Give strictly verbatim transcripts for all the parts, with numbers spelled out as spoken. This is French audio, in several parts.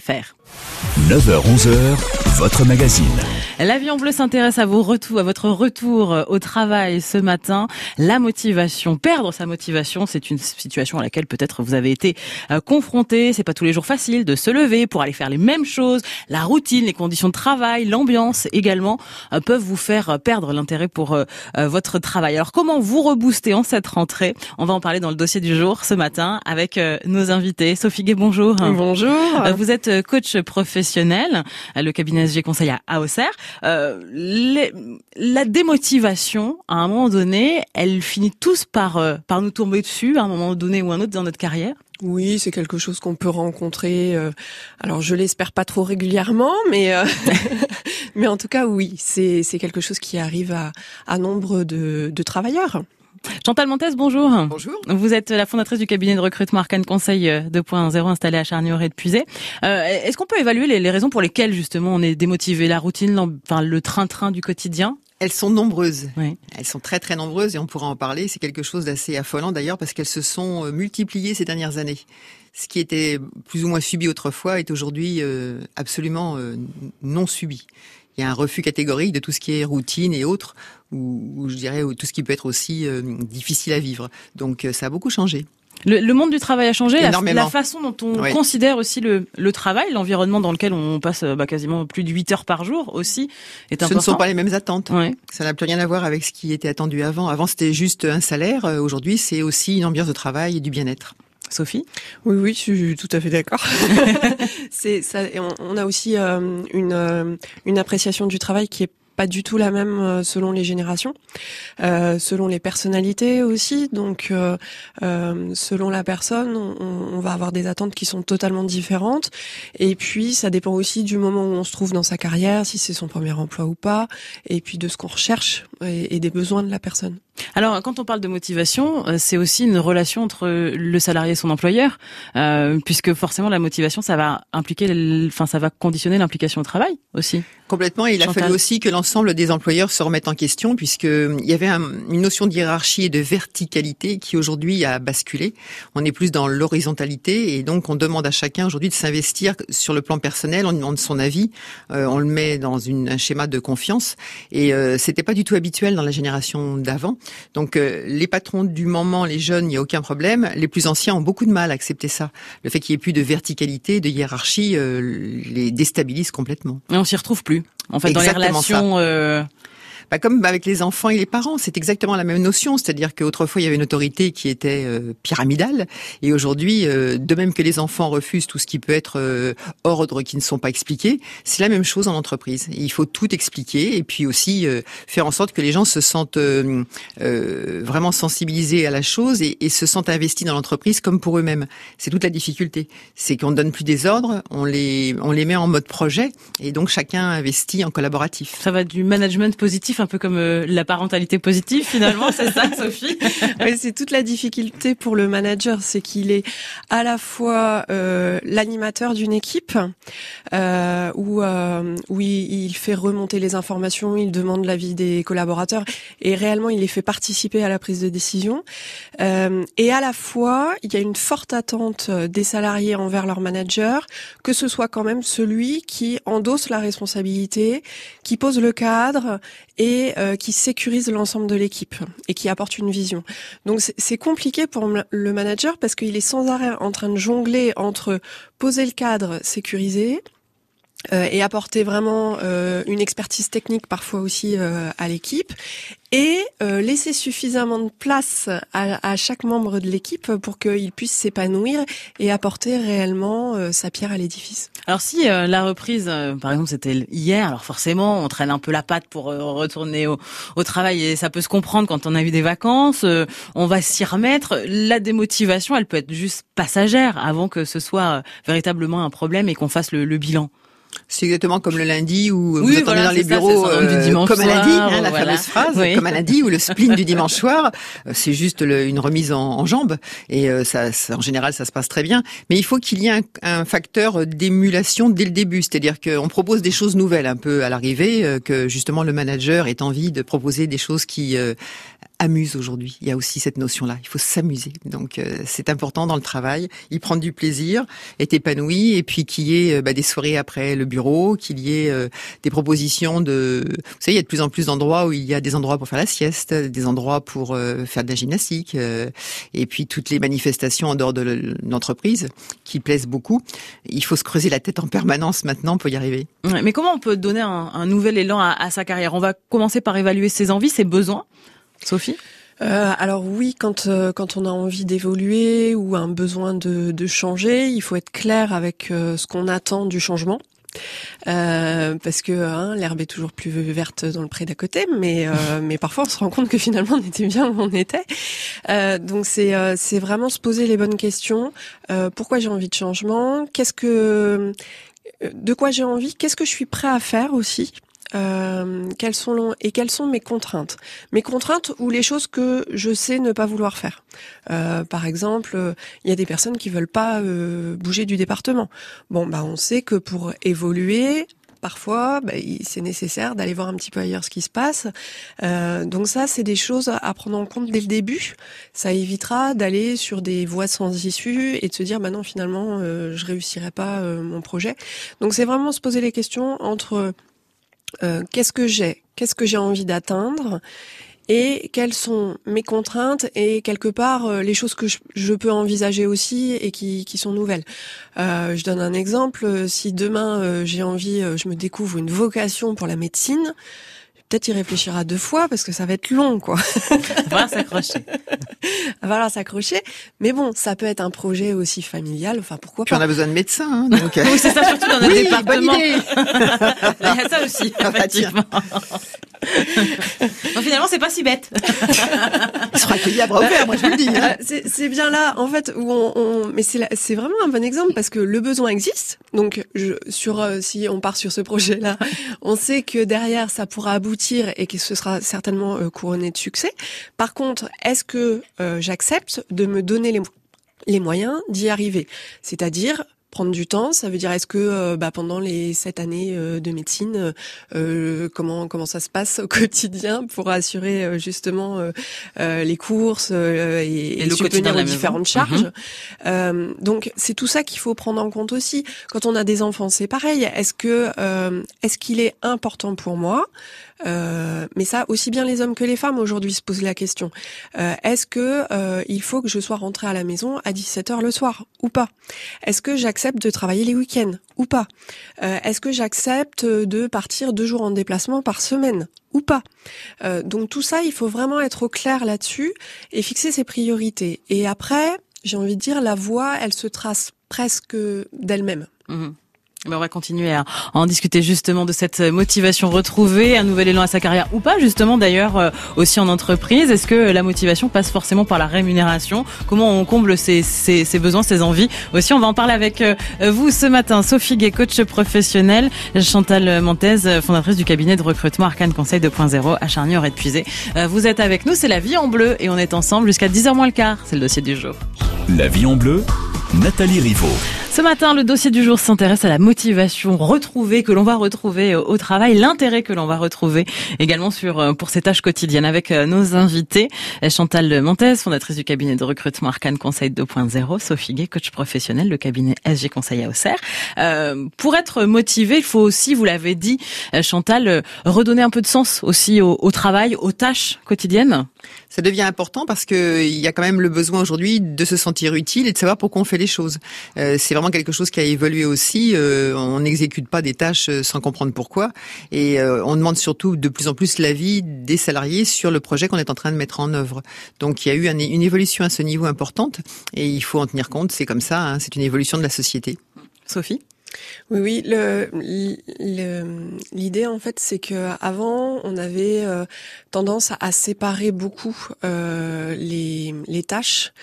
Faire. neuf heures onze heures, votre magazine. La Vie en Bleu s'intéresse à vos retours, à votre retour au travail ce matin. La motivation, perdre sa motivation, c'est une situation à laquelle peut-être vous avez été euh, confronté. C'est pas tous les jours facile de se lever pour aller faire les mêmes choses. La routine, les conditions de travail, l'ambiance également euh, peuvent vous faire perdre l'intérêt pour euh, euh, votre travail. Alors comment vous rebooster en cette rentrée? On va en parler dans le dossier du jour ce matin avec euh, nos invités. Sophie Gay, bonjour. Bonjour. Euh, vous êtes coach professionnel, le cabinet S G Conseil à Auxerre. Euh, les, la démotivation, à un moment donné, elle finit tous par, euh, par nous tomber dessus, à un moment donné ou un autre dans notre carrière. Oui, c'est quelque chose qu'on peut rencontrer. Euh, alors, je l'espère pas trop régulièrement, mais euh, mais en tout cas, oui, c'est c'est quelque chose qui arrive à à nombre de, de travailleurs. Chantal Montes, bonjour. Bonjour. Vous êtes la fondatrice du cabinet de recrutement Arcane Conseil deux point zéro installé à Charnières et de Puisay. Euh, est-ce qu'on peut évaluer les, les raisons pour lesquelles justement on est démotivé, la routine, enfin le train-train du quotidien? Elles sont nombreuses. Oui. Elles sont très très nombreuses et on pourra en parler. C'est quelque chose d'assez affolant d'ailleurs parce qu'elles se sont multipliées ces dernières années. Ce qui était plus ou moins subi autrefois est aujourd'hui euh, absolument euh, non subi. Il y a un refus catégorique de tout ce qui est routine et autres, ou, ou je dirais tout ce qui peut être aussi euh, difficile à vivre. Donc ça a beaucoup changé. Le, le monde du travail a changé, la, Énormément. la façon dont on Oui. considère aussi le, le travail, l'environnement dans lequel on passe bah, quasiment plus de huit heures par jour aussi est Ce important. ne sont pas les mêmes attentes. Ouais. Ça n'a plus rien à voir avec ce qui était attendu avant. Avant, c'était juste un salaire. Aujourd'hui, c'est aussi une ambiance de travail et du bien-être. Sophie? Oui, oui, je suis tout à fait d'accord. c'est ça. Et on, on a aussi euh, une euh, une appréciation du travail qui est pas du tout la même selon les générations, euh, selon les personnalités aussi. Donc, euh, euh, selon la personne, on, on va avoir des attentes qui sont totalement différentes. Et puis, ça dépend aussi du moment où on se trouve dans sa carrière, si c'est son premier emploi ou pas, et puis de ce qu'on recherche et, et des besoins de la personne. Alors, quand on parle de motivation, c'est aussi une relation entre le salarié et son employeur, euh, puisque forcément la motivation, ça va impliquer, enfin, ça va conditionner l'implication au travail aussi. Complètement. Et il a Chantal. fallu aussi que l'ensemble des employeurs se remettent en question, puisque il y avait un, une notion de hiérarchie et de verticalité qui aujourd'hui a basculé. On est plus dans l'horizontalité et donc on demande à chacun aujourd'hui de s'investir sur le plan personnel. On demande son avis, euh, on le met dans une, un schéma de confiance et euh, c'était pas du tout habituel dans la génération d'avant. Donc euh, les patrons du moment, les jeunes, il n'y a aucun problème. Les plus anciens ont beaucoup de mal à accepter ça. Le fait qu'il n'y ait plus de verticalité, de hiérarchie, euh, les déstabilise complètement. Et on s'y retrouve plus. En fait, Exactement dans les relations... Euh... Bah, comme avec les enfants et les parents, c'est exactement la même notion. C'est-à-dire qu'autrefois, il y avait une autorité qui était euh, pyramidale. Et aujourd'hui, euh, de même que les enfants refusent tout ce qui peut être euh, ordre qui ne sont pas expliqués, c'est la même chose en entreprise. Et il faut tout expliquer et puis aussi euh, faire en sorte que les gens se sentent euh, euh, vraiment sensibilisés à la chose et, et se sentent investis dans l'entreprise comme pour eux-mêmes. C'est toute la difficulté. C'est qu'on ne donne plus des ordres, on les, on les met en mode projet et donc chacun investit en collaboratif. Ça va du management positif, un peu comme euh, la parentalité positive finalement, c'est ça, Sophie? Oui, c'est toute la difficulté pour le manager, c'est qu'il est à la fois euh, l'animateur d'une équipe, euh, où euh, où il, il fait remonter les informations, il demande l'avis des collaborateurs et réellement il les fait participer à la prise de décision. Euh, et à la fois, il y a une forte attente des salariés envers leur manager, que ce soit quand même celui qui endosse la responsabilité, qui pose le cadre et euh, qui sécurise l'ensemble de l'équipe et qui apporte une vision. Donc c'est, c'est compliqué pour le manager parce qu'il est sans arrêt en train de jongler entre poser le cadre, sécuriser, euh, et apporter vraiment euh, une expertise technique parfois aussi euh, à l'équipe et euh, laisser suffisamment de place à, à chaque membre de l'équipe pour qu'il puisse s'épanouir et apporter réellement euh, sa pierre à l'édifice. Alors si euh, la reprise, euh, par exemple, c'était hier, alors forcément, on traîne un peu la patte pour euh, retourner au, au travail et ça peut se comprendre quand on a eu des vacances, euh, on va s'y remettre. La démotivation, elle peut être juste passagère avant que ce soit euh, véritablement un problème et qu'on fasse le, le bilan. C'est exactement comme le lundi où oui, vous attendez voilà, dans les ça, bureaux euh, du dimanche comme un soir, lundi, hein, la voilà. fameuse phrase, Oui. comme un lundi ou le spleen du dimanche soir. C'est juste le, une remise en, en jambes et euh, ça, ça, en général, ça se passe très bien. Mais il faut qu'il y ait un, un facteur d'émulation dès le début, c'est-à-dire qu'on propose des choses nouvelles un peu à l'arrivée, euh, que justement le manager ait envie de proposer des choses qui euh, amuse aujourd'hui. Il y a aussi cette notion-là. Il faut s'amuser. Donc euh, c'est important dans le travail, y prendre du plaisir, être épanoui, et puis qu'il y ait euh, bah, des soirées après le bureau, qu'il y ait euh, des propositions de... Vous savez, il y a de plus en plus d'endroits où il y a des endroits pour faire la sieste, des endroits pour euh, faire de la gymnastique, euh, et puis toutes les manifestations en dehors de l'entreprise qui plaisent beaucoup. Il faut se creuser la tête en permanence maintenant pour y arriver. Ouais, mais comment on peut donner un, un nouvel élan à, à sa carrière? On va commencer par évaluer ses envies, ses besoins. Sophie? Euh, alors oui, quand euh, quand on a envie d'évoluer ou un besoin de, de changer, il faut être clair avec euh, ce qu'on attend du changement. Euh, parce que hein, l'herbe est toujours plus verte dans le pré d'à côté, mais euh, mais parfois on se rend compte que finalement on était bien où on était. Euh, donc c'est euh, c'est vraiment se poser les bonnes questions. Euh, pourquoi j'ai envie de changement? Qu'est-ce que de quoi j'ai envie? Qu'est-ce que je suis prêt à faire aussi? Euh, quelles sont et quelles sont mes contraintes mes contraintes ou les choses que je sais ne pas vouloir faire. Euh, par exemple, il euh, y a des personnes qui veulent pas euh, bouger du département. Bon, bah on sait que pour évoluer, parfois, bah, c'est nécessaire d'aller voir un petit peu ailleurs ce qui se passe. Euh, donc ça, c'est des choses à prendre en compte dès le début. Ça évitera d'aller sur des voies sans issue et de se dire, bah non, finalement, euh, je réussirai pas euh, mon projet. Donc c'est vraiment se poser les questions entre Euh, qu'est-ce que j'ai, qu'est-ce que j'ai envie d'atteindre et quelles sont mes contraintes et quelque part euh, les choses que je, je peux envisager aussi et qui, qui sont nouvelles. Euh, je donne un exemple, si demain euh, j'ai envie, euh, je me découvre une vocation pour la médecine, peut-être y réfléchir à deux fois parce que ça va être long, quoi. Voilà, s'accrocher. Voilà, s'accrocher. Mais bon, ça peut être un projet aussi familial. Enfin, pourquoi Puis pas. on a besoin de médecins, hein, donc. Oui, c'est ça, surtout dans notre oui, département. bonne idée. Il y a ça aussi, effectivement. Donc finalement, c'est pas si bête. Il sera accueilli à bras ouverts, moi je vous le dis. Hein. C'est, c'est bien là, en fait, où on, on mais c'est, là, c'est vraiment un bon exemple parce que le besoin existe. Donc, je, sur, euh, si on part sur ce projet-là, on sait que derrière, ça pourra aboutir et que ce sera certainement euh, couronné de succès. Par contre, est-ce que euh, j'accepte de me donner les, les moyens d'y arriver? C'est-à-dire prendre du temps, ça veut dire est-ce que euh, bah, pendant les sept années euh, de médecine, euh, comment comment ça se passe au quotidien pour assurer euh, justement euh, euh, les courses euh, et, et, et subvenir aux différentes charges. Mmh. Euh, donc c'est tout ça qu'il faut prendre en compte aussi. Quand on a des enfants, c'est pareil. Est-ce que euh, est-ce qu'il est important pour moi? Euh, mais ça, aussi bien les hommes que les femmes aujourd'hui se posent la question. Euh, est-ce que euh, il faut que je sois rentrée à la maison à dix-sept heures le soir ou pas? Est-ce que j'accepte de travailler les week-ends ou pas? euh, Est-ce que j'accepte de partir deux jours en déplacement par semaine ou pas? euh, Donc tout ça, il faut vraiment être au clair là-dessus et fixer ses priorités. Et après, j'ai envie de dire, la voie, elle se trace presque d'elle-même. Mmh. Ben on va continuer à en discuter justement de cette motivation retrouvée, un nouvel élan à sa carrière ou pas justement d'ailleurs euh, aussi en entreprise. Est-ce que la motivation passe forcément par la rémunération? Comment on comble ses, ses, ses besoins, ses envies? Aussi, on va en parler avec euh, vous ce matin. Sophie Guet, coach professionnel, Chantal Montez, fondatrice du cabinet de recrutement Arcane Conseil deux point zéro à Charny-Auray-de-Puisé. Euh, vous êtes avec nous, c'est La Vie en Bleu et on est ensemble jusqu'à dix heures moins le quart. C'est le dossier du jour. La Vie en Bleu, Nathalie Rivaud. Ce matin, le dossier du jour s'intéresse à la motivation retrouvée que l'on va retrouver au travail, l'intérêt que l'on va retrouver également sur pour ces tâches quotidiennes avec nos invités. Chantal Montez, fondatrice du cabinet de recrutement Arcane Conseil deux point zéro, Sophie Guet, coach professionnel, le cabinet S G Conseil à Auxerre. Euh, pour être motivé, il faut aussi, vous l'avez dit, Chantal, redonner un peu de sens aussi au, au travail, aux tâches quotidiennes. Ça devient important parce que il y a quand même le besoin aujourd'hui de se sentir utile et de savoir pourquoi on fait les choses. Euh, c'est vraiment quelque chose qui a évolué aussi. Euh, on n'exécute pas des tâches sans comprendre pourquoi. Et euh, on demande surtout de plus en plus l'avis des salariés sur le projet qu'on est en train de mettre en œuvre. Donc il y a eu un, une évolution à ce niveau importante et il faut en tenir compte. C'est comme ça, hein, c'est une évolution de la société. Sophie ? Oui, oui. Le, le, l'idée, en fait, c'est que avant, on avait euh, tendance à, à séparer beaucoup euh, les, les tâches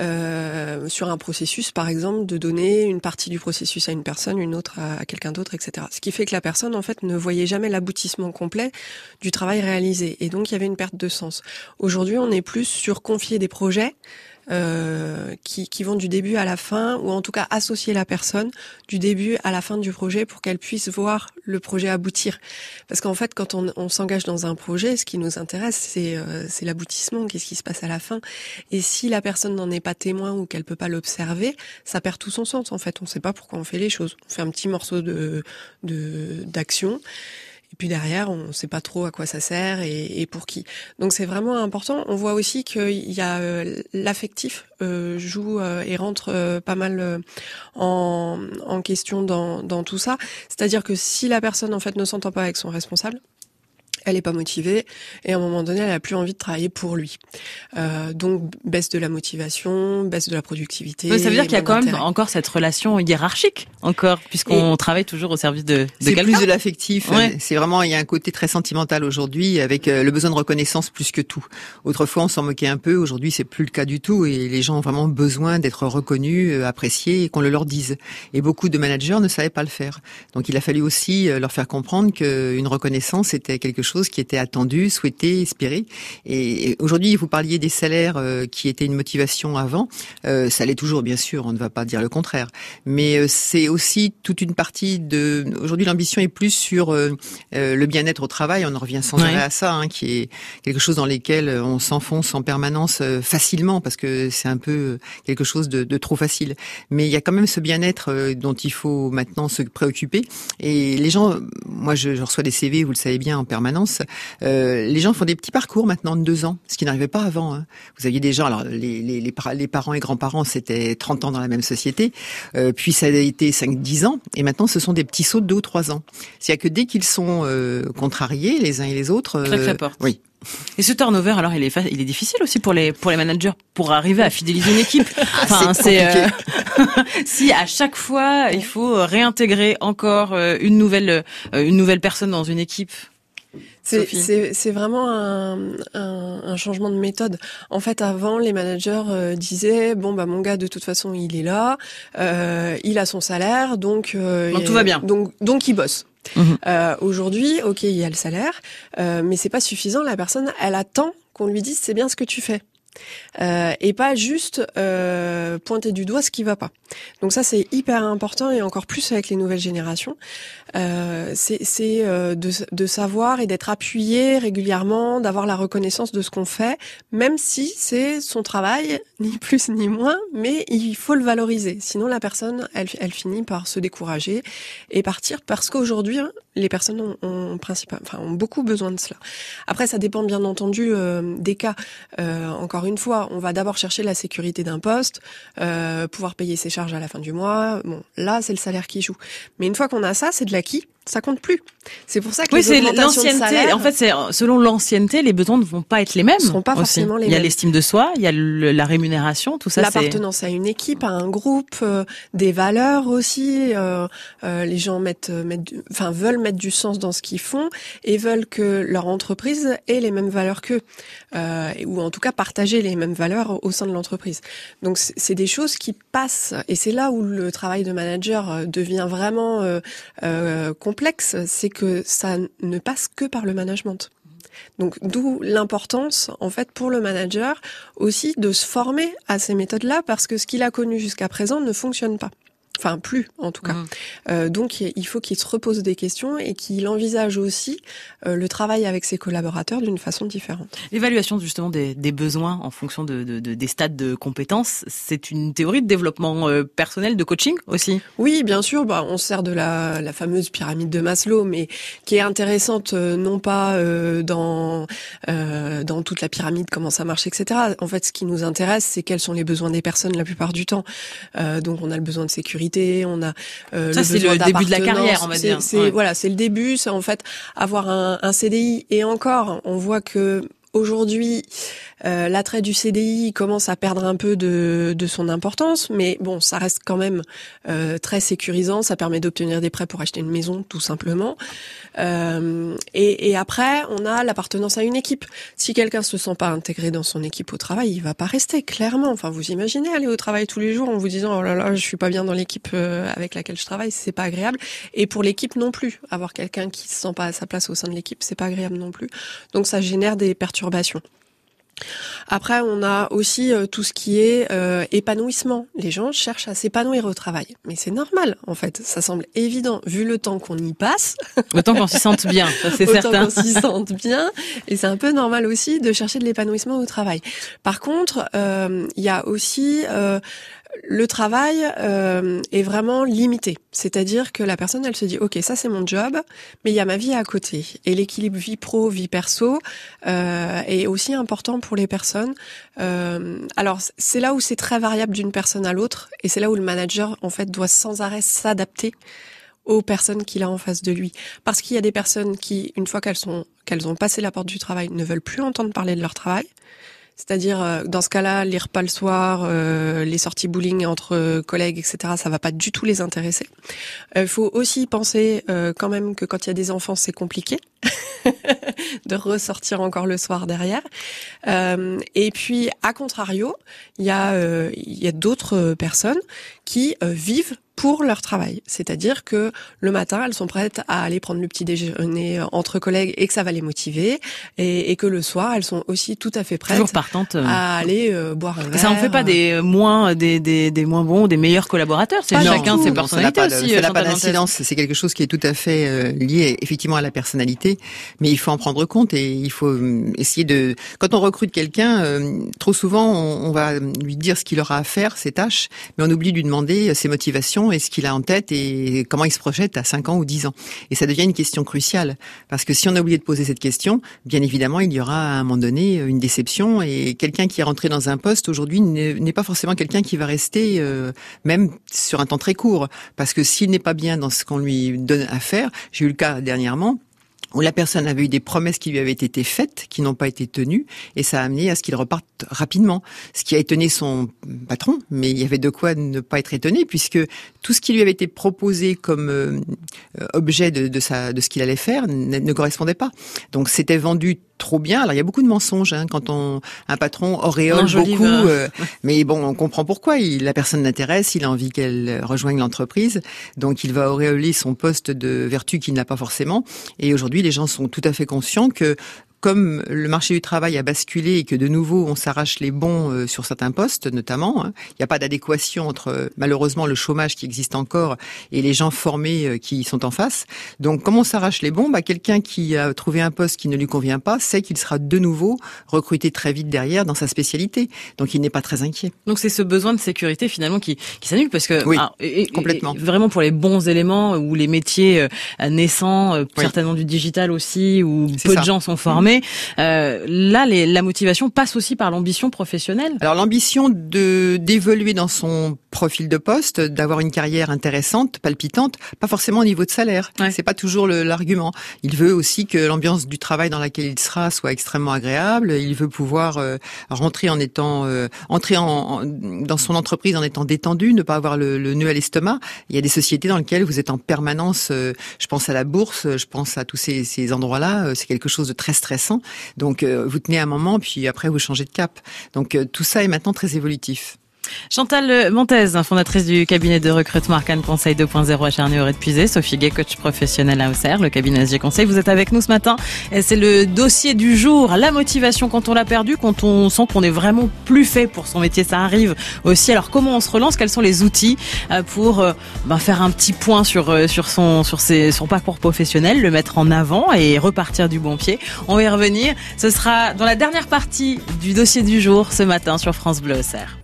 euh, sur un processus, par exemple, de donner une partie du processus à une personne, une autre à, à quelqu'un d'autre, et cetera. Ce qui fait que la personne, en fait, ne voyait jamais l'aboutissement complet du travail réalisé, et donc il y avait une perte de sens. Aujourd'hui, on est plus sur confier des projets. euh, qui, qui vont du début à la fin, ou en tout cas associer la personne du début à la fin du projet pour qu'elle puisse voir le projet aboutir. Parce qu'en fait, quand on, on s'engage dans un projet, ce qui nous intéresse, c'est, euh, c'est l'aboutissement, qu'est-ce qui se passe à la fin. Et si la personne n'en est pas témoin ou qu'elle peut pas l'observer, ça perd tout son sens. En fait, on sait pas pourquoi on fait les choses. On fait un petit morceau de, de d'action. Et puis derrière, on ne sait pas trop à quoi ça sert et, et pour qui. Donc c'est vraiment important. On voit aussi qu'il y a euh, l'affectif euh, joue euh, et rentre euh, pas mal euh, en, en question dans, dans tout ça. C'est-à-dire que si la personne en fait ne s'entend pas avec son responsable, elle est pas motivée et à un moment donné, elle a plus envie de travailler pour lui. Euh, donc baisse de la motivation, baisse de la productivité. Mais ça veut dire qu'il y a quand même encore cette relation hiérarchique encore, puisqu'on et travaille toujours au service de, de c'est quelqu'un. Plus de l'affectif. Ouais. C'est vraiment, il y a un côté très sentimental aujourd'hui avec le besoin de reconnaissance plus que tout. Autrefois, on s'en moquait un peu. Aujourd'hui, c'est plus le cas du tout et les gens ont vraiment besoin d'être reconnus, appréciés et qu'on le leur dise. Et beaucoup de managers ne savaient pas le faire. Donc, il a fallu aussi leur faire comprendre qu'une reconnaissance était quelque chose qui était attendu, souhaité, espéré. Et aujourd'hui, vous parliez des salaires euh, qui étaient une motivation avant. Euh, ça l'est toujours, bien sûr. On ne va pas dire le contraire. Mais euh, c'est aussi toute une partie de. Aujourd'hui, l'ambition est plus sur euh, euh, le bien-être au travail. On en revient sans arrêt ouais. à ça, hein, qui est quelque chose dans lequel on s'enfonce en permanence euh, facilement parce que c'est un peu quelque chose de, de trop facile. Mais il y a quand même ce bien-être euh, dont il faut maintenant se préoccuper. Et les gens, moi, je, je reçois des C V, vous le savez bien, en permanence. Euh, les gens font des petits parcours maintenant de deux ans, ce qui n'arrivait pas avant. Hein. Vous aviez des gens, alors les, les, les, les parents et grands-parents, c'était trente ans dans la même société, euh, puis ça a été cinq dix ans, et maintenant ce sont des petits sauts de deux ou trois ans. C'est-à-dire que dès qu'ils sont euh, contrariés, les uns et les autres... Euh, claque la porte. Oui. Et ce turnover, alors, il est, fa- il est difficile aussi pour les pour les managers pour arriver à fidéliser une équipe. Enfin, c'est, c'est euh... si à chaque fois il faut réintégrer encore une nouvelle une nouvelle personne dans une équipe. C'est, c'est, c'est vraiment un, un, un changement de méthode. En fait, avant, les managers euh, disaient bon bah mon gars de toute façon il est là, euh, il a son salaire, donc euh, donc tout va bien. Donc donc il bosse. Mmh. Euh, aujourd'hui, ok, il y a le salaire, euh, mais c'est pas suffisant. La personne, elle attend qu'on lui dise c'est bien ce que tu fais. Euh, et pas juste euh, pointer du doigt ce qui va pas. Donc ça c'est hyper important et encore plus avec les nouvelles générations. Euh, c'est c'est euh, de, de savoir et d'être appuyé régulièrement, d'avoir la reconnaissance de ce qu'on fait, même si c'est son travail, ni plus ni moins, mais il faut le valoriser. Sinon la personne, elle, elle finit par se décourager et partir parce qu'aujourd'hui hein, les personnes ont, ont, principal, enfin, ont beaucoup besoin de cela. Après ça dépend bien entendu euh, des cas. Euh, encore une fois, on va d'abord chercher la sécurité d'un poste, euh, pouvoir payer ses charges à la fin du mois. Bon, là, c'est le salaire qui joue. Mais une fois qu'on a ça, c'est de l'acquis. Ça compte plus. C'est pour ça que oui, les augmentations c'est l'ancienneté. de salaire, en fait, c'est selon l'ancienneté, les besoins ne vont pas être les mêmes. Ne seront pas aussi. forcément les mêmes. Il y a l'estime de soi, il y a le, la rémunération, tout ça. L'appartenance c'est... à une équipe, à un groupe, euh, des valeurs aussi. Euh, euh, les gens mettent, mettent, enfin veulent mettre du sens dans ce qu'ils font et veulent que leur entreprise ait les mêmes valeurs qu'eux, euh, ou en tout cas partager les mêmes valeurs au sein de l'entreprise. Donc c'est, c'est des choses qui passent et c'est là où le travail de manager devient vraiment euh, euh, complexe, c'est que ça ne passe que par le management. Donc d'où l'importance en fait pour le manager aussi de se former à ces méthodes-là parce que ce qu'il a connu jusqu'à présent ne fonctionne pas. Enfin, plus, en tout cas. Mmh. Euh, donc, il faut qu'il se repose des questions et qu'il envisage aussi euh, le travail avec ses collaborateurs d'une façon différente. L'évaluation, justement, des, des besoins en fonction de, de, de, des stades de compétences, c'est une théorie de développement euh, personnel, de coaching aussi? Oui, bien sûr. Bah, on se sert de la, la fameuse pyramide de Maslow, mais qui est intéressante euh, non pas euh, dans, euh, dans toute la pyramide, comment ça marche, et cetera. En fait, ce qui nous intéresse, c'est quels sont les besoins des personnes la plupart du temps. Euh, donc, on a le besoin de sécurité. On a euh, ça le c'est le début de la carrière, on va c'est, dire. C'est ouais. Voilà, c'est le début. C'est en fait avoir un, un C D I et encore, on voit que aujourd'hui, euh, l'attrait du C D I commence à perdre un peu de, de son importance, mais bon, ça reste quand même euh, très sécurisant. Ça permet d'obtenir des prêts pour acheter une maison, tout simplement. Euh, et, et après, on a l'appartenance à une équipe. Si quelqu'un se sent pas intégré dans son équipe au travail, il va pas rester, clairement. Enfin, vous imaginez aller au travail tous les jours en vous disant « Oh là là, je suis pas bien dans l'équipe avec laquelle je travaille, c'est pas agréable. » Et pour l'équipe non plus. Avoir quelqu'un qui se sent pas à sa place au sein de l'équipe, c'est pas agréable non plus. Donc ça génère des perturbations. Après, on a aussi euh, tout ce qui est euh, épanouissement. Les gens cherchent à s'épanouir au travail. Mais c'est normal, en fait. Ça semble évident, vu le temps qu'on y passe. Autant qu'on s'y sente bien, ça c'est Autant certain. qu'on s'y sente bien. Et c'est un peu normal aussi de chercher de l'épanouissement au travail. Par contre, euh, il y a aussi... Euh, le travail euh, est vraiment limité. C'est-à-dire que la personne, elle se dit, ok, ça c'est mon job, mais il y a ma vie à côté. Et l'équilibre vie pro, vie perso euh, est aussi important pour les personnes. Euh, alors, c'est là où c'est très variable d'une personne à l'autre, et c'est là où le manager, en fait, doit sans arrêt s'adapter aux personnes qu'il a en face de lui. Parce qu'il y a des personnes qui, une fois qu'elles sont qu'elles ont passé la porte du travail, ne veulent plus entendre parler de leur travail. C'est-à-dire, euh, dans ce cas-là, les repas le soir, euh, les sorties bowling entre euh, collègues, et cetera, ça va pas du tout les intéresser. Il euh, faut aussi penser euh, quand même que quand il y a des enfants, c'est compliqué de ressortir encore le soir derrière. Euh, et puis, à contrario, il y a, euh, il y a d'autres personnes qui euh, vivent pour leur travail. C'est-à-dire que le matin, elles sont prêtes à aller prendre le petit déjeuner entre collègues et que ça va les motiver. Et, et que le soir, elles sont aussi tout à fait prêtes Toujours partante, euh... à aller euh, boire un verre. Ça en fait pas des moins, des, des, des moins bons, des meilleurs collaborateurs. C'est Pas chacun tout. ses Non, personnalités ça n'a pas, aussi. ça n'a Chantal pas Montes. d'incidence. C'est quelque chose qui est tout à fait euh, lié effectivement à la personnalité. Mais il faut en prendre compte et il faut euh, essayer de... Quand on recrute quelqu'un, euh, trop souvent, on, on va lui dire ce qu'il aura à faire, ses tâches, mais on oublie de lui demander ses motivations et ce qu'il a en tête et comment il se projette à cinq ans ou dix ans. Et ça devient une question cruciale. Parce que si on a oublié de poser cette question, bien évidemment, il y aura à un moment donné une déception. Et quelqu'un qui est rentré dans un poste aujourd'hui n'est pas forcément quelqu'un qui va rester euh, même sur un temps très court. Parce que s'il n'est pas bien dans ce qu'on lui donne à faire, j'ai eu le cas dernièrement, où la personne avait eu des promesses qui lui avaient été faites, qui n'ont pas été tenues, et ça a amené à ce qu'il reparte rapidement. Ce qui a étonné son patron, mais il y avait de quoi ne pas être étonné, puisque tout ce qui lui avait été proposé comme euh, objet de, de, sa, de ce qu'il allait faire ne, ne correspondait pas. Donc c'était vendu trop bien. Alors il y a beaucoup de mensonges hein, quand on un patron auréole beaucoup, euh, mais bon, on comprend pourquoi. Il, la personne l'intéresse, il a envie qu'elle rejoigne l'entreprise, donc il va auréoler son poste de vertu qu'il n'a pas forcément. Et aujourd'hui, les gens sont tout à fait conscients que comme le marché du travail a basculé et que de nouveau on s'arrache les bons euh, sur certains postes notamment, hein, il n'y a pas d'adéquation entre euh, malheureusement le chômage qui existe encore et les gens formés euh, qui sont en face. Donc comme on s'arrache les bons, bah, quelqu'un qui a trouvé un poste qui ne lui convient pas sait qu'il sera de nouveau recruté très vite derrière dans sa spécialité. Donc il n'est pas très inquiet. Donc c'est ce besoin de sécurité finalement qui, qui s'annule parce que oui, alors, et, complètement. Et vraiment pour les bons éléments ou les métiers euh, naissants, euh, oui. certainement du digital aussi où peu ça. de gens sont formés. Euh, là, les, la motivation passe aussi par l'ambition professionnelle. Alors l'ambition de d'évoluer dans son profil de poste, d'avoir une carrière intéressante, palpitante, pas forcément au niveau de salaire. Ouais. C'est pas toujours le, l'argument. Il veut aussi que l'ambiance du travail dans laquelle il sera soit extrêmement agréable. Il veut pouvoir euh, rentrer en étant, euh, entrer en, en, dans son entreprise en étant détendu, ne pas avoir le, le nœud à l'estomac. Il y a des sociétés dans lesquelles vous êtes en permanence. Euh, je pense à la bourse, je pense à tous ces, ces endroits-là. Euh, c'est quelque chose de très stressant. Donc, euh, vous tenez un moment, puis après, vous changez de cap. Donc, euh, tout ça est maintenant très évolutif. Chantal Montes, fondatrice du cabinet de recrutement Arcane Conseil deux point zéro à Charny-Auray-de-Puisé. Sophie Guet, coach professionnel à Auxerre, le cabinet S G Conseil. Vous êtes avec nous ce matin. Et c'est le dossier du jour. La motivation quand on l'a perdu, quand on sent qu'on est vraiment plus fait pour son métier. Ça arrive aussi. Alors, comment on se relance? Quels sont les outils pour ben, faire un petit point sur, sur, son, sur ses, son parcours professionnel, le mettre en avant et repartir du bon pied? On va y revenir. Ce sera dans la dernière partie du dossier du jour ce matin sur France Bleu Auxerre.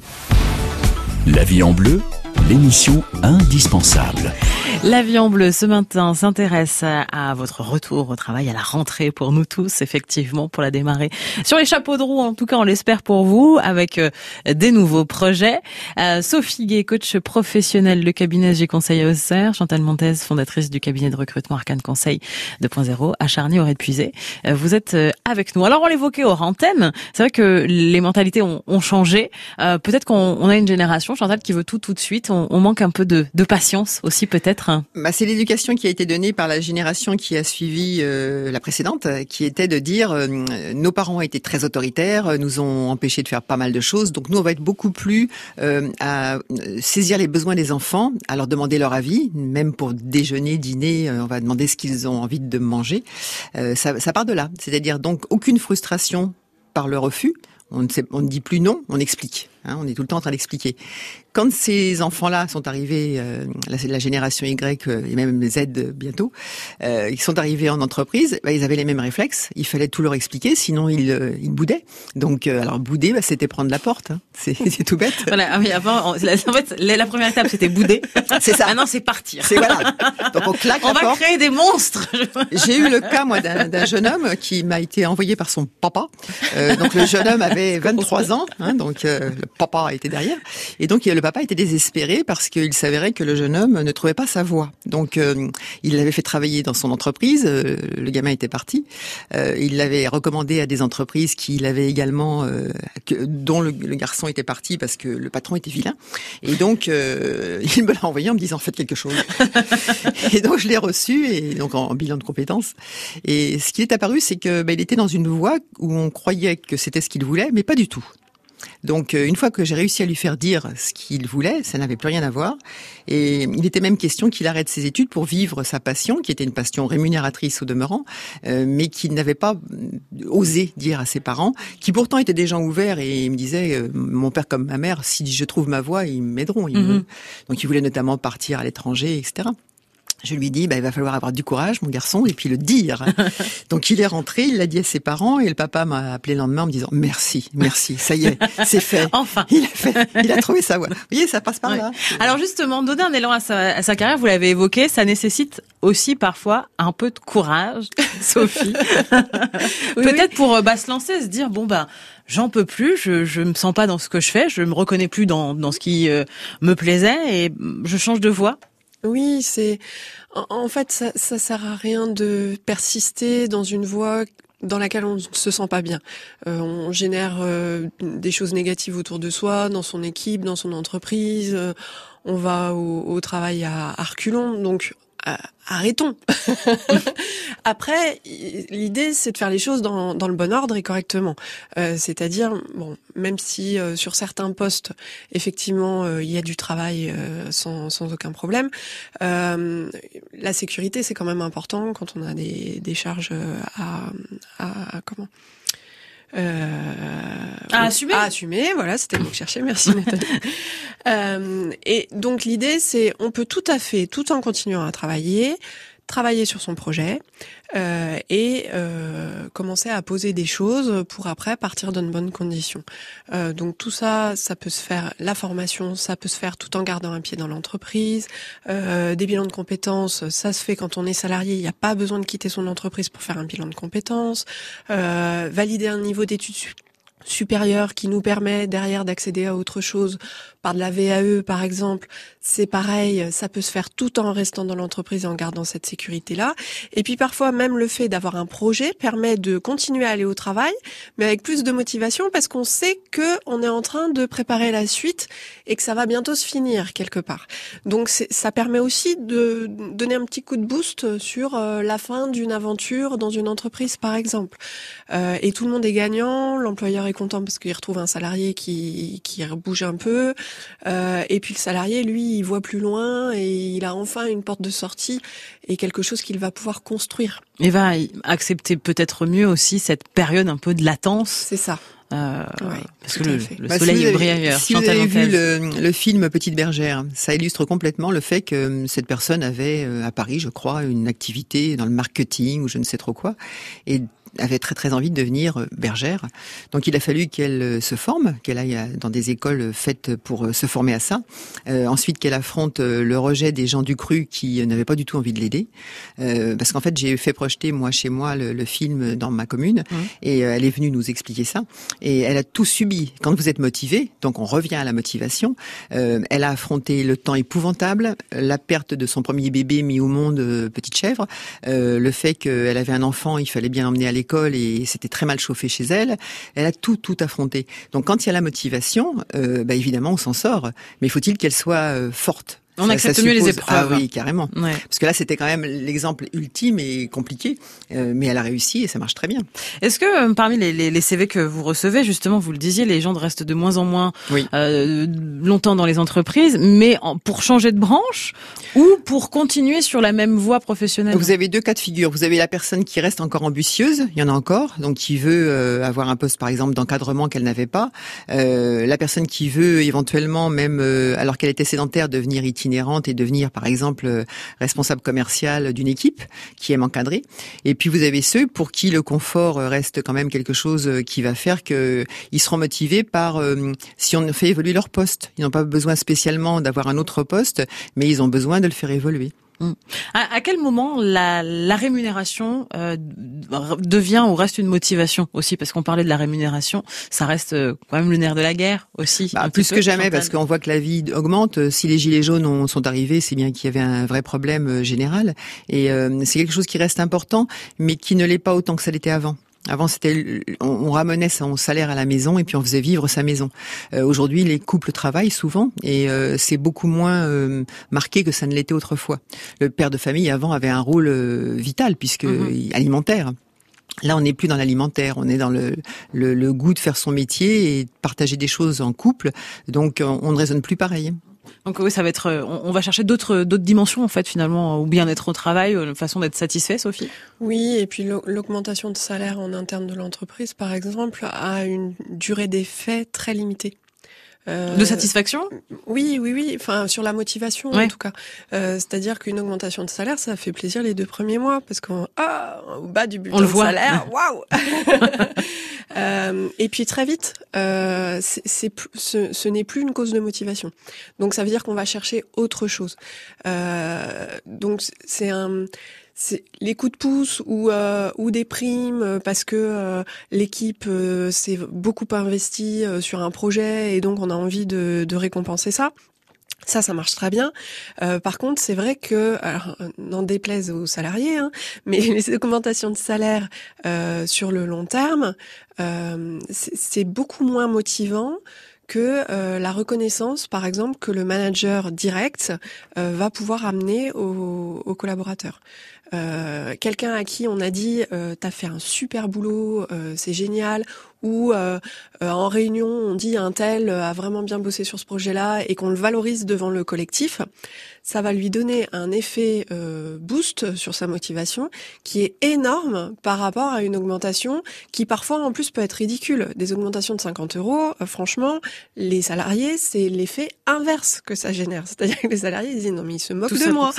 La vie en bleu, l'émission indispensable. La vie en bleu ce matin s'intéresse à votre retour au travail, à la rentrée pour nous tous, effectivement, pour la démarrer sur les chapeaux de roue, en tout cas on l'espère pour vous, avec euh, des nouveaux projets. Euh, Sophie Guet, coach professionnel, le cabinet S G Conseil à Auxerre, Chantal Montes, fondatrice du cabinet de recrutement Arcane Conseil deux point zéro à Charny-Auray-de-Puisé. Euh, vous êtes euh, avec nous. Alors on l'évoquait hors antenne, c'est vrai que les mentalités ont, ont changé. Euh, peut-être qu'on on a une génération, Chantal, qui veut tout tout de suite. On, on manque un peu de, de patience aussi peut-être. Bah, c'est l'éducation qui a été donnée par la génération qui a suivi euh, la précédente, qui était de dire euh, nos parents ont été très autoritaires, nous ont empêchés de faire pas mal de choses, donc nous on va être beaucoup plus euh, à saisir les besoins des enfants, à leur demander leur avis, même pour déjeuner, dîner, euh, on va demander ce qu'ils ont envie de manger. Euh, ça, ça part de là, c'est-à-dire donc aucune frustration par le refus. On ne, sait, on ne dit plus non, on explique. Hein, on est tout le temps en train d'expliquer. Quand ces enfants-là sont arrivés, euh, la, la génération Y euh, et même Z bientôt, euh, ils sont arrivés en entreprise, bah, ils avaient les mêmes réflexes. Il fallait tout leur expliquer, sinon ils, euh, ils boudaient. Donc, euh, alors bouder, bah, c'était prendre la porte. Hein. C'est, c'est tout bête. Voilà. Ah oui, avant, on, la, en fait, la, la première étape c'était bouder. C'est ça. Maintenant, c'est partir. C'est voilà. Donc on claque on la va porte. créer des monstres. J'ai eu le cas moi d'un, d'un jeune homme qui m'a été envoyé par son papa. Euh, donc le jeune homme avait vingt-trois ans, hein, donc euh, le papa était derrière. Et donc le papa était désespéré parce qu'il s'avérait que le jeune homme ne trouvait pas sa voie. Donc euh, il l'avait fait travailler dans son entreprise, euh, le gamin était parti. Euh, il l'avait recommandé à des entreprises qu'il avait également, euh, que, dont le, le garçon était parti parce que le patron était vilain. Et donc euh, il me l'a envoyé en me disant faites quelque chose. Et donc je l'ai reçu et donc en, en bilan de compétences. Et ce qui est apparu, c'est que ben, il était dans une voie où on croyait que c'était ce qu'il voulait, mais pas du tout. Donc une fois que j'ai réussi à lui faire dire ce qu'il voulait, ça n'avait plus rien à voir. Et il était même question qu'il arrête ses études pour vivre sa passion, qui était une passion rémunératrice au demeurant, euh, mais qu'il n'avait pas osé dire à ses parents, qui pourtant étaient des gens ouverts et ils me disaient, euh, mon père comme ma mère, si je trouve ma voie, ils m'aideront. Ils mm-hmm. me... Donc il voulait notamment partir à l'étranger, et cetera. Je lui ai dit, bah, il va falloir avoir du courage, mon garçon, et puis le dire. Donc, il est rentré, il l'a dit à ses parents, et le papa m'a appelé le lendemain en me disant, merci, merci, ça y est, c'est fait. Enfin. Il a fait, il a trouvé sa voie. Vous voyez, ça passe par ouais. là. Alors, justement, donner un élan à sa, à sa carrière, vous l'avez évoqué, ça nécessite aussi parfois un peu de courage, Sophie. oui, Peut-être oui. pour, bah, se lancer, se dire, bon, bah, j'en peux plus, je, je me sens pas dans ce que je fais, je me reconnais plus dans, dans ce qui euh, me plaisait, et je change de voie. Oui, c'est en fait ça, ça sert à rien de persister dans une voie dans laquelle on ne se sent pas bien. Euh, on génère euh, des choses négatives autour de soi, dans son équipe, dans son entreprise. Euh, on va au, au travail à, à reculons, donc euh, arrêtons. Après, l'idée, c'est de faire les choses dans, dans le bon ordre et correctement. Euh, c'est-à-dire, bon, même si euh, sur certains postes, effectivement, euh, il y a du travail euh, sans, sans aucun problème, euh, la sécurité, c'est quand même important quand on a des, des charges à, à, à comment Euh, à assumer. À assumer, voilà, c'était le mot que je cherchais, merci Nathalie. euh, et donc l'idée, c'est, on peut tout à fait, tout en continuant à travailler, travailler sur son projet euh, et euh, commencer à poser des choses pour après partir dans de bonnes conditions. Euh, donc tout ça, ça peut se faire, la formation, ça peut se faire tout en gardant un pied dans l'entreprise. Euh, des bilans de compétences, ça se fait quand on est salarié, il n'y a pas besoin de quitter son entreprise pour faire un bilan de compétences. Euh, valider un niveau d'études supérieur qui nous permet derrière d'accéder à autre chose par de la V A E par exemple, c'est pareil, ça peut se faire tout en restant dans l'entreprise et en gardant cette sécurité-là. Et puis parfois même le fait d'avoir un projet permet de continuer à aller au travail, mais avec plus de motivation parce qu'on sait que on est en train de préparer la suite et que ça va bientôt se finir quelque part. Donc c'est, ça permet aussi de donner un petit coup de boost sur euh, la fin d'une aventure dans une entreprise par exemple. Euh, et tout le monde est gagnant, l'employeur est content parce qu'il retrouve un salarié qui qui bouge un peu, euh, et puis le salarié lui il voit plus loin et il a enfin une porte de sortie et quelque chose qu'il va pouvoir construire. Et va accepter peut-être mieux aussi cette période un peu de latence. C'est ça. Euh, ouais, parce que le, le bah, soleil si est brille ailleurs. Si Chantal vous avez vu Montez. le, le film Petite Bergère, ça illustre complètement le fait que cette personne avait à Paris, je crois, une activité dans le marketing ou je ne sais trop quoi, et avait très très envie de devenir bergère. Donc il a fallu qu'elle se forme, qu'elle aille dans des écoles faites pour se former à ça. Euh, ensuite qu'elle affronte le rejet des gens du cru qui n'avaient pas du tout envie de l'aider. Euh, parce qu'en fait j'ai fait projeter moi chez moi le, le film dans ma commune mmh. et elle est venue nous expliquer ça. Et elle a tout subi. Quand vous êtes motivé, donc on revient à la motivation, euh, elle a affronté le temps épouvantable, la perte de son premier bébé mis au monde, euh, petite chèvre, euh, le fait qu'elle avait un enfant, il fallait bien l'emmener à l'école et c'était très mal chauffé chez elle. Elle a tout, tout affronté. Donc quand il y a la motivation, euh, bah évidemment on s'en sort. Mais faut-il qu'elle soit euh, forte ? On ça, accepte ça mieux suppose... les épreuves. Ah oui, carrément. Ouais. Parce que là, c'était quand même l'exemple ultime et compliqué, euh, mais elle a réussi et ça marche très bien. Est-ce que euh, parmi les, les, les C V que vous recevez, justement, vous le disiez, les gens restent de moins en moins oui. euh, longtemps dans les entreprises, mais en, pour changer de branche ou pour continuer sur la même voie professionnelle? Vous avez deux cas de figure. Vous avez la personne qui reste encore ambitieuse, il y en a encore, donc qui veut euh, avoir un poste, par exemple, d'encadrement qu'elle n'avait pas. Euh, la personne qui veut éventuellement, même euh, alors qu'elle était sédentaire, devenir itinérante et devenir, par exemple, euh, responsable commercial d'une équipe qui aime encadrer. Et puis vous avez ceux pour qui le confort reste quand même quelque chose qui va faire que ils seront motivés par euh, si on fait évoluer leur poste. Ils n'ont pas besoin spécialement d'avoir un autre poste, mais ils ont besoin de le faire évoluer. À, à quel moment la, la rémunération euh, devient ou reste une motivation aussi? Parce qu'on parlait de la rémunération, ça reste quand même le nerf de la guerre aussi. Bah, plus que jamais, Chantal. Parce qu'on voit que la vie augmente. Si les gilets jaunes ont, sont arrivés, c'est bien qu'il y avait un vrai problème général. Et euh, c'est quelque chose qui reste important, mais qui ne l'est pas autant que ça l'était avant. Avant, c'était, on, on ramenait son salaire à la maison et puis on faisait vivre sa maison. Euh, aujourd'hui, les couples travaillent souvent et euh, c'est beaucoup moins euh, marqué que ça ne l'était autrefois. Le père de famille avant avait un rôle euh, vital puisque mmh. alimentaire. Là, on n'est plus dans l'alimentaire, on est dans le, le, le goût de faire son métier et de partager des choses en couple. Donc, on, on ne raisonne plus pareil. Donc oui, ça va être, on, on va chercher d'autres d'autres dimensions en fait finalement, ou bien-être au travail, une façon d'être satisfait, Sophie. Oui, et puis l'augmentation de salaire en interne de l'entreprise, par exemple, a une durée d'effet très limitée. Euh, de satisfaction? Oui, oui, oui. Enfin, sur la motivation, ouais. en tout cas. Euh, c'est-à-dire qu'une augmentation de salaire, ça fait plaisir les deux premiers mois, parce qu'on, ah, au bas du bulletin on le de voit. salaire, waouh. euh, Et puis très vite, euh, c'est, c'est, ce, ce n'est plus une cause de motivation. Donc ça veut dire qu'on va chercher autre chose. Euh, donc c'est un. C'est les coups de pouce ou euh, ou des primes parce que euh, l'équipe euh, s'est beaucoup investie euh, sur un projet et donc on a envie de, de récompenser ça. Ça, ça marche très bien. Euh, par contre, c'est vrai que, alors, n'en déplaise aux salariés, hein, mais les augmentations de salaire euh, sur le long terme, euh, c'est, c'est beaucoup moins motivant que euh, la reconnaissance, par exemple, que le manager direct euh, va pouvoir amener aux, aux collaborateurs. Euh, quelqu'un à qui on a dit euh, t'as fait un super boulot, euh, c'est génial, ou euh, euh, en réunion on dit un tel a vraiment bien bossé sur ce projet-là et qu'on le valorise devant le collectif, ça va lui donner un effet euh, boost sur sa motivation qui est énorme par rapport à une augmentation qui parfois en plus peut être ridicule. Des augmentations de cinquante euros, euh, franchement, les salariés, c'est l'effet inverse que ça génère. C'est-à-dire que les salariés ils disent non mais ils se moquent Tout de moi.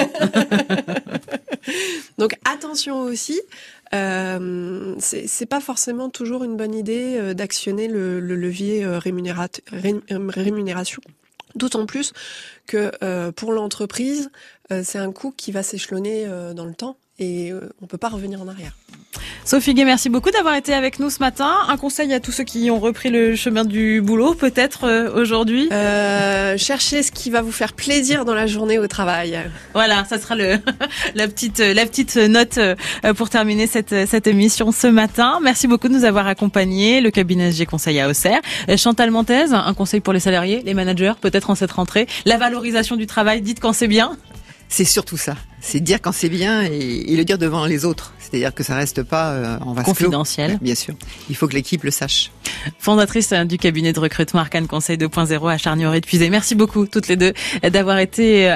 Donc attention aussi, euh, c'est, c'est pas forcément toujours une bonne idée euh, d'actionner le, le levier euh, rémunérat- ré, rémunération. D'autant plus que euh, pour l'entreprise, euh, c'est un coût qui va s'échelonner euh, dans le temps et euh, on peut pas revenir en arrière. Sophie Gay, merci beaucoup d'avoir été avec nous ce matin. Un conseil à tous ceux qui ont repris le chemin du boulot, peut-être euh, aujourd'hui. Euh, cherchez ce qui va vous faire plaisir dans la journée au travail. Voilà, ça sera le la petite la petite note pour terminer cette cette émission ce matin. Merci beaucoup de nous avoir accompagnés. Le cabinet S G Conseil à Auxerre. Chantal Montaise, un conseil pour les salariés, les managers, peut-être en cette rentrée. La valorisation du travail, dites quand c'est bien. C'est surtout ça. C'est dire quand c'est bien et, et le dire devant les autres. C'est-à-dire que ça reste pas euh, en vase confidentiel. Clos. Bien sûr. Il faut que l'équipe le sache. Fondatrice du cabinet de recrutement Arcane Conseil deux point zéro à Charnier-Épuisé. Merci beaucoup toutes les deux d'avoir été